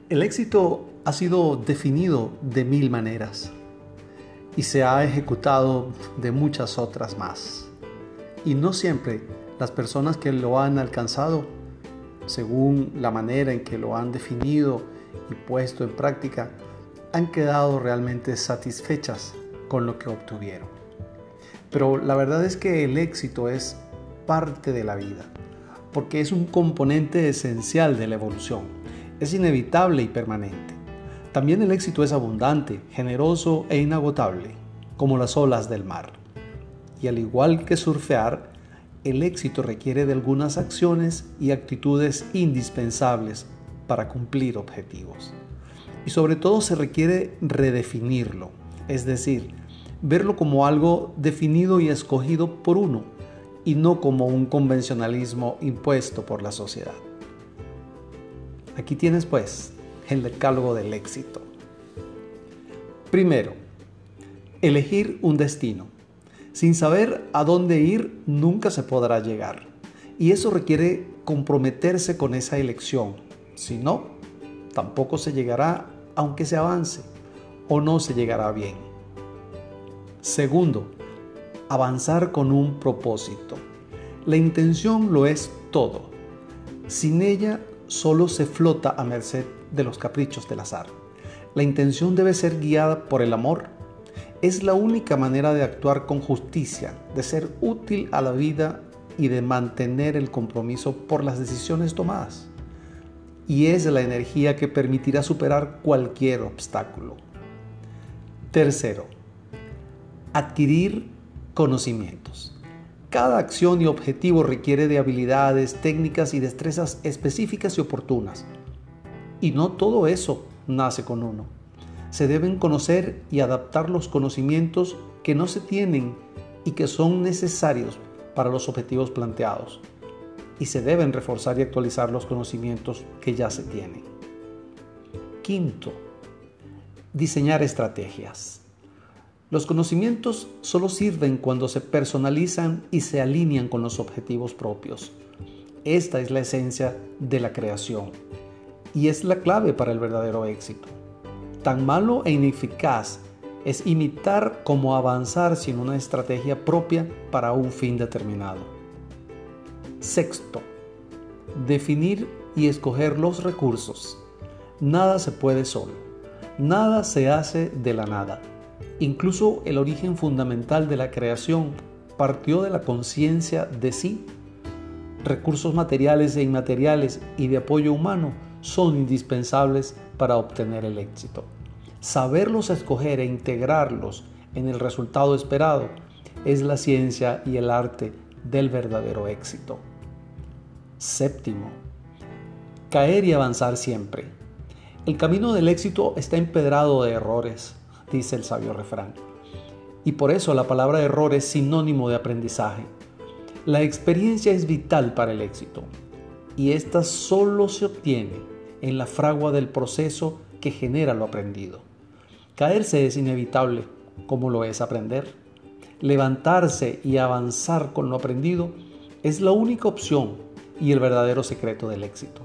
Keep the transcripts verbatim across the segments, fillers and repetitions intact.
El éxito ha sido definido de mil maneras y se ha ejecutado de muchas otras más. Y no siempre las personas que lo han alcanzado, según la manera en que lo han definido y puesto en práctica, han quedado realmente satisfechas con lo que obtuvieron. Pero la verdad es que el éxito es parte de la vida, porque es un componente esencial de la evolución. Es inevitable y permanente. También el éxito es abundante, generoso e inagotable, como las olas del mar. Y al igual que surfear, el éxito requiere de algunas acciones y actitudes indispensables para cumplir objetivos. Y sobre todo se requiere redefinirlo, es decir, verlo como algo definido y escogido por uno, y no como un convencionalismo impuesto por la sociedad. Aquí tienes pues el decálogo del éxito. Primero, elegir un destino. Sin saber a dónde ir, nunca se podrá llegar. Y eso requiere comprometerse con esa elección. Si no, tampoco se llegará aunque se avance, o no se llegará bien. Segundo, avanzar con un propósito. La intención lo es todo. Sin ella, solo se flota a merced de los caprichos del azar. La intención debe ser guiada por el amor. Es la única manera de actuar con justicia, de ser útil a la vida y de mantener el compromiso por las decisiones tomadas. Y es la energía que permitirá superar cualquier obstáculo. Tercero, adquirir conocimientos. Cada acción y objetivo requiere de habilidades, técnicas y destrezas específicas y oportunas. Y no todo eso nace con uno. Se deben conocer y adaptar los conocimientos que no se tienen y que son necesarios para los objetivos planteados. Y se deben reforzar y actualizar los conocimientos que ya se tienen. Quinto, diseñar estrategias. Los conocimientos solo sirven cuando se personalizan y se alinean con los objetivos propios. Esta es la esencia de la creación y es la clave para el verdadero éxito. Tan malo e ineficaz es imitar como avanzar sin una estrategia propia para un fin determinado. Sexto, definir y escoger los recursos. Nada se puede solo, nada se hace de la nada. Incluso el origen fundamental de la creación partió de la conciencia de sí. Recursos materiales e inmateriales y de apoyo humano son indispensables para obtener el éxito. Saberlos escoger e integrarlos en el resultado esperado es la ciencia y el arte del verdadero éxito. Séptimo, caer y avanzar siempre. El camino del éxito está empedrado de errores, dice el sabio refrán. Y por eso la palabra error es sinónimo de aprendizaje. La experiencia es vital para el éxito y esta solo se obtiene en la fragua del proceso que genera lo aprendido. Caerse es inevitable, como lo es aprender. Levantarse y avanzar con lo aprendido es la única opción y el verdadero secreto del éxito.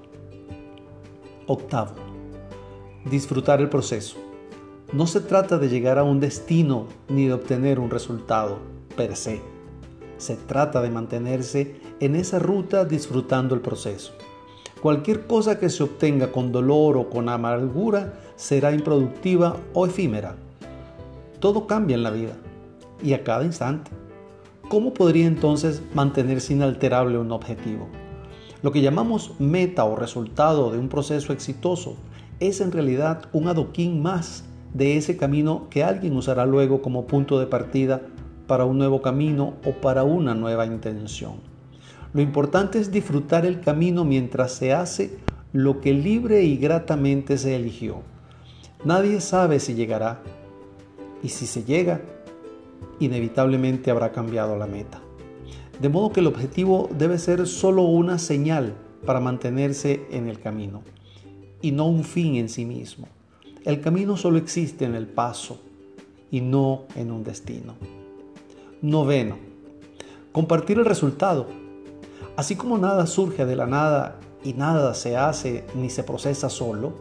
Octavo, disfrutar el proceso. No se trata de llegar a un destino ni de obtener un resultado per se. Se trata de mantenerse en esa ruta disfrutando el proceso. Cualquier cosa que se obtenga con dolor o con amargura será improductiva o efímera. Todo cambia en la vida y a cada instante. ¿Cómo podría entonces mantenerse inalterable un objetivo? Lo que llamamos meta o resultado de un proceso exitoso es en realidad un adoquín más de ese camino que alguien usará luego como punto de partida para un nuevo camino o para una nueva intención. Lo importante es disfrutar el camino mientras se hace lo que libre y gratamente se eligió. Nadie sabe si llegará, y si se llega, inevitablemente habrá cambiado la meta. De modo que el objetivo debe ser solo una señal para mantenerse en el camino, y no un fin en sí mismo. El camino solo existe en el paso y no en un destino. Noveno, compartir el resultado. Así como nada surge de la nada y nada se hace ni se procesa solo,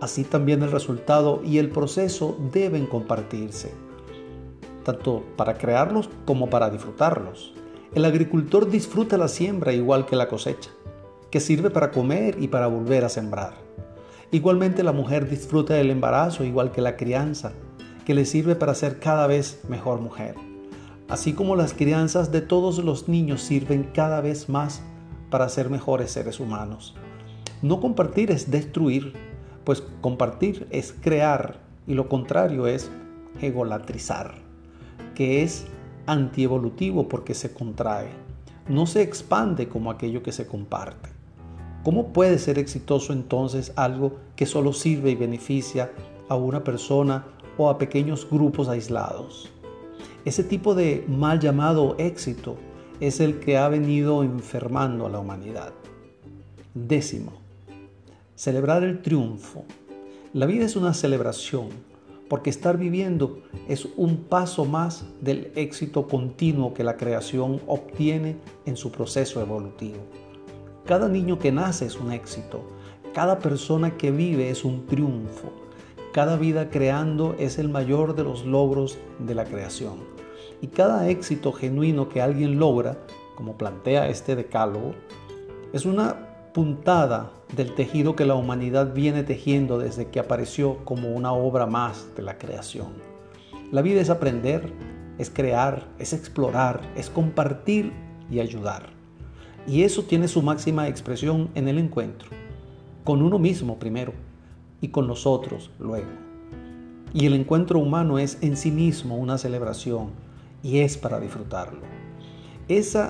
Así también el resultado y el proceso deben compartirse, tanto para crearlos como para disfrutarlos. El agricultor disfruta la siembra igual que la cosecha, que sirve para comer y para volver a sembrar. Igualmente la mujer disfruta del embarazo igual que la crianza, que le sirve para ser cada vez mejor mujer. Así como las crianzas de todos los niños sirven cada vez más para ser mejores seres humanos. No compartir es destruir, pues compartir es crear y lo contrario es egolatrizar, que es antievolutivo porque se contrae, no se expande como aquello que se comparte. ¿Cómo puede ser exitoso entonces algo que solo sirve y beneficia a una persona o a pequeños grupos aislados? Ese tipo de mal llamado éxito es el que ha venido enfermando a la humanidad. Décimo, celebrar el triunfo. La vida es una celebración, porque estar viviendo es un paso más del éxito continuo que la creación obtiene en su proceso evolutivo. Cada niño que nace es un éxito, cada persona que vive es un triunfo, cada vida creando es el mayor de los logros de la creación. Y cada éxito genuino que alguien logra, como plantea este decálogo, es una puntada del tejido que la humanidad viene tejiendo desde que apareció como una obra más de la creación. La vida es aprender, es crear, es explorar, es compartir y ayudar. Y eso tiene su máxima expresión en el encuentro, con uno mismo primero y con los otros luego. Y el encuentro humano es en sí mismo una celebración y es para disfrutarlo. Esa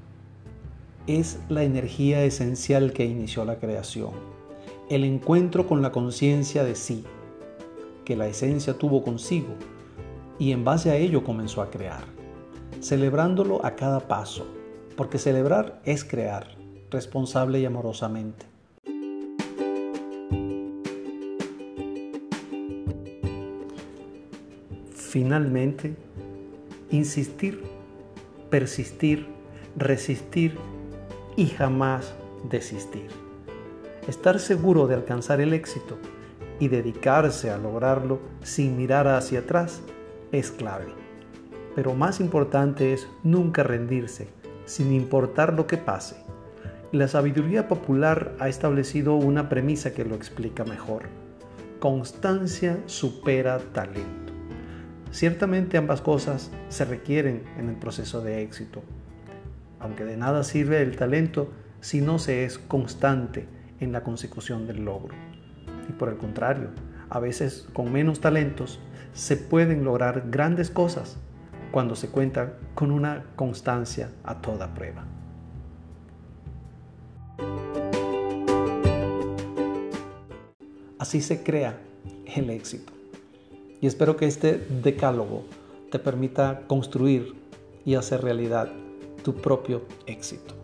es la energía esencial que inició la creación, el encuentro con la conciencia de sí, que la esencia tuvo consigo y en base a ello comenzó a crear, celebrándolo a cada paso, porque celebrar es crear, responsable y amorosamente. Finalmente, insistir, persistir, resistir y jamás desistir. Estar seguro de alcanzar el éxito y dedicarse a lograrlo sin mirar hacia atrás es clave. Pero más importante es nunca rendirse, sin importar lo que pase. La sabiduría popular ha establecido una premisa que lo explica mejor. Constancia supera talento. Ciertamente ambas cosas se requieren en el proceso de éxito, aunque de nada sirve el talento si no se es constante en la consecución del logro. Y por el contrario, a veces con menos talentos se pueden lograr grandes cosas cuando se cuenta con una constancia a toda prueba. Así se crea el éxito. Y espero que este decálogo te permita construir y hacer realidad tu propio éxito.